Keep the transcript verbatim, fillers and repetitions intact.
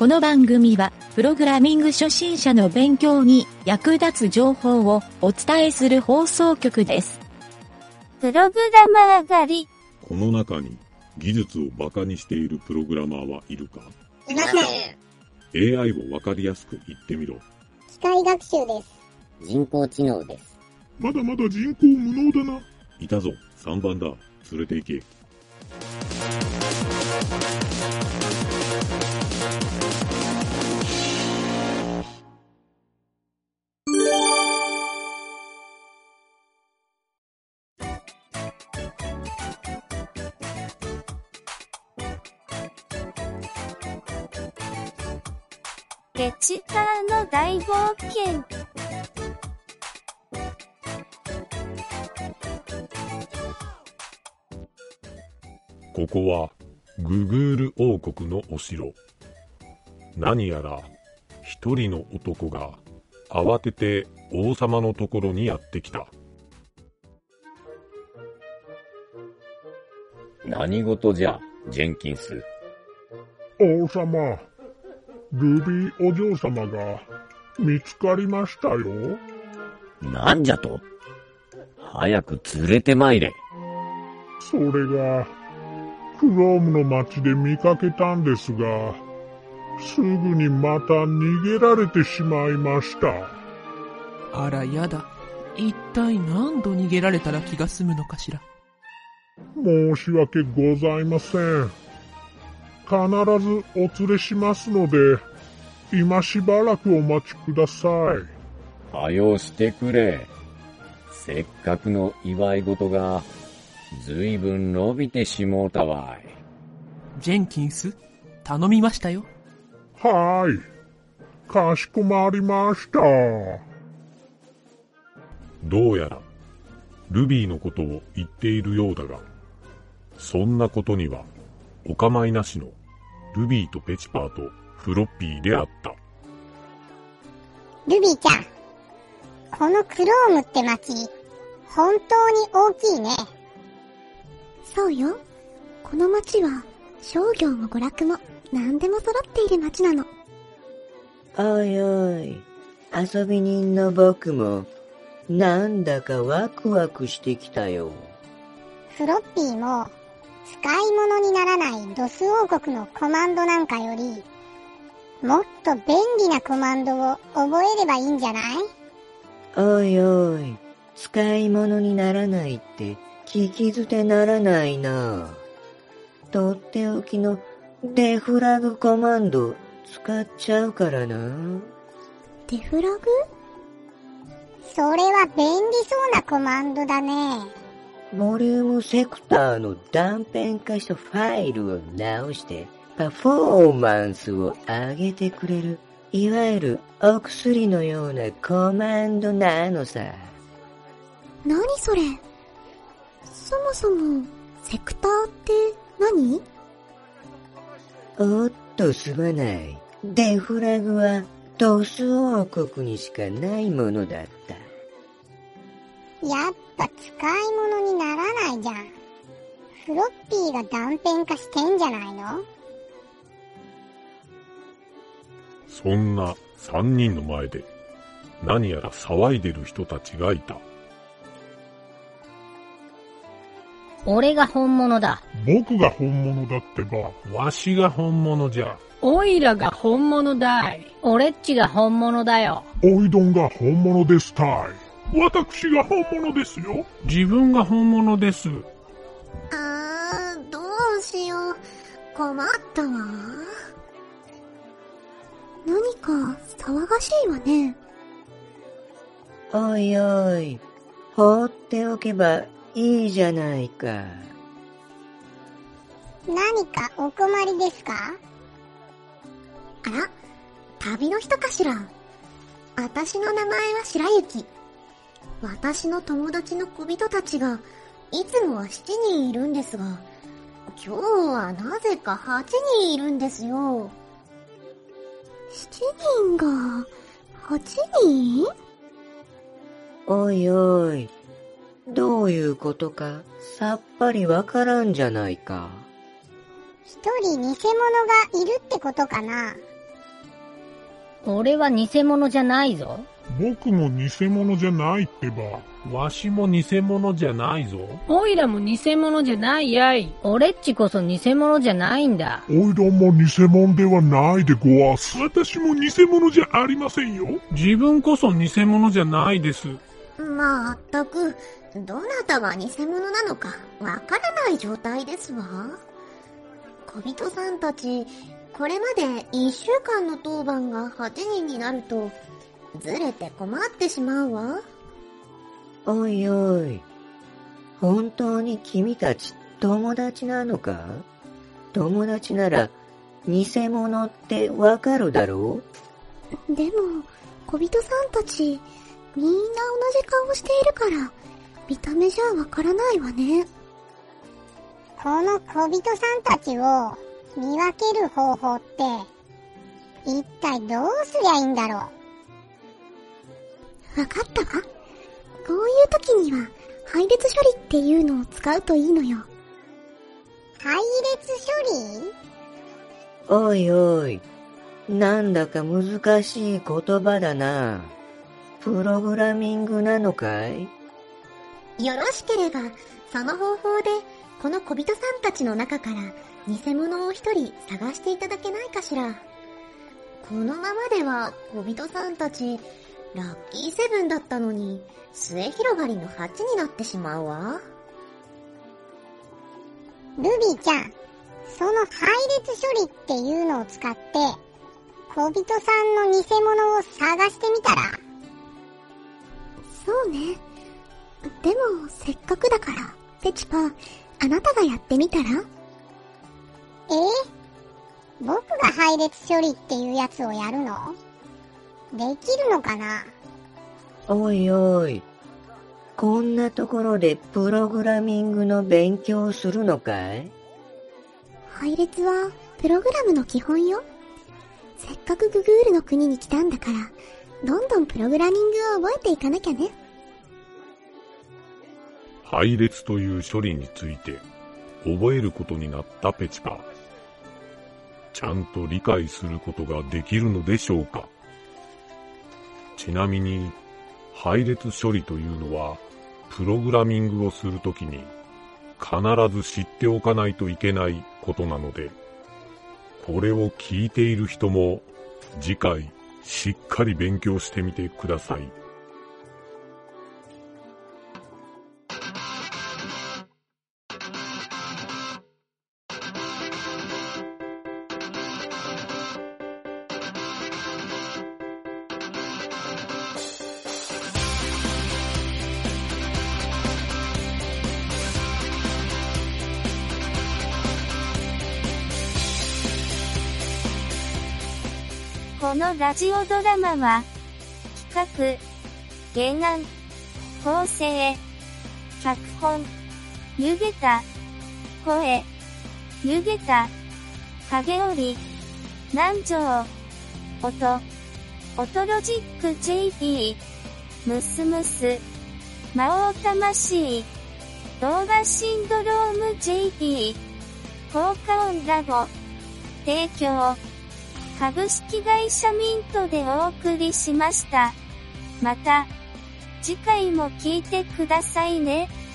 の番組は、プログラミング初心者の勉強に役立つ情報をお伝えする放送局です。 プログラマー狩り。 この中に技術をバカにしているプログラマーはいるか？ いません。 エーアイ をわかりやすく言ってみろ。 機械学習です。 人工知能です。 まだまだ人工無能だな。いたぞ、さんばんだ。連れて行け。 ゲチカーの大冒険。 ここはググール王国のお城。何やら一人の男が慌てて王様のところにやってきた。 何事じゃ、ジェンキンス。 王様、ルビーお嬢様が見つかりましたよ。 なんじゃと？早く連れて参れ。 それが、クロームの町で見かけたんですが、すぐにまた逃げられてしまいました。 あらやだ。一体何度逃げられたら気が済むのかしら。 申し訳ございません。必ずお連れしますので、今しばらくお待ちください。 はよしてくれ。せっかくの祝い事が、ずいぶん伸びてしもうたわい。 ジェンキンス、頼みましたよ。 はーい。かしこまりました。 どうやら、ルビーのことを言っているようだが、そんなことには、お構いなしの、ルビーとペチパーとフロッピーであった。 ルビーちゃん、このクロームって町、本当に大きいね。 そうよ。この町は商業も娯楽も何でも揃っている町なの。 おいおい、遊び人の僕もなんだかワクワクしてきたよ。 フロッピーも使い物にならないドス王国のコマンドなんかよりもっと便利なコマンドを覚えればいいんじゃない？ おいおい、使い物にならないって聞き捨てならないな。とっておきのデフラグコマンド使っちゃうからな。 デフラグ？ それは便利そうなコマンドだね。 ボリュームセクターの断片化したファイルを直してパフォーマンスを上げてくれる、いわゆるお薬のようなコマンドなのさ。 何それ？そもそもセクターって何？ おっとすまない。デフラグはドス王国にしかないものだった。 やっぱ使い物にならないじゃん。フロッピーが断片化してんじゃないの？ そんな三人の前で何やら騒いでる人たちがいた。 俺が本物だ。 僕が本物だってば。 わしが本物じゃ。 おいらが本物だい。俺っちが本物だよ。 おいどんが本物ですたい。私が本物ですよ。 自分が本物です。 あー、どうしよう。困ったわ。何か騒がしいわね。 おいおい、放っておけばいいじゃないか。 何かお困りですか？ あら、旅の人かしら。私の名前は白雪。私の友達の小人たちがいつもはしちにんいるんですが、今日はなぜかはちにんいるんですよ。しちにんがはちにん？ おいおい、どういうことかさっぱりわからんじゃないか。 一人偽物がいるってことかな？ 俺は偽物じゃないぞ。 僕も偽物じゃないってば。 わしも偽物じゃないぞ。 おいらも偽物じゃないやい。俺っちこそ偽物じゃないんだ。 おいらも偽物ではないでごわす。私も偽物じゃありませんよ。 自分こそ偽物じゃないです。 まったく、どなたが偽物なのかわからない状態ですわ。小人さんたち、これまでいっしゅうかんの当番がはちにんになると、ずれて困ってしまうわ。 おいおい、本当に君たち友達なのか？友達なら偽物ってわかるだろう？でも、小人さんたち、みんな同じ顔しているから、見た目じゃわからないわね。 この小人さんたちを見分ける方法って、一体どうすりゃいいんだろう？わかったわ。こういう時には、配列処理っていうのを使うといいのよ。 配列処理？ おいおい、なんだか難しい言葉だな。プログラミングなのかい？ よろしければ、その方法で、この小人さんたちの中から、偽物を一人探していただけないかしら。このままでは、小人さんたち、ラッキーセブンだったのに、末広がりのはちになってしまうわ。 ルビーちゃん、その配列処理っていうのを使って、小人さんの偽物を探してみたら？ そうね。でも、せっかくだから、ペチパ、あなたがやってみたら？ え？僕が配列処理っていうやつをやるの？できるのかな？ おいおい、こんなところでプログラミングの勉強するのかい？ 配列はプログラムの基本よ。せっかくググールの国に来たんだから、どんどんプログラミングを覚えていかなきゃね。 配列という処理について覚えることになったペチパ。ちゃんと理解することができるのでしょうか？ちなみに、配列処理というのは、プログラミングをするときに必ず知っておかないといけないことなので、これを聞いている人も次回しっかり勉強してみてください。 このラジオドラマは、企画、原案、構成、脚本、ゆげた、声、ゆげた、影織、南條、音、音ロジック ジェーピー、ムスムス、魔王魂、動画シンドローム ジェーピー、効果音ラボ、提供、株式会社ミントでお送りしました。また、次回も聞いてくださいね。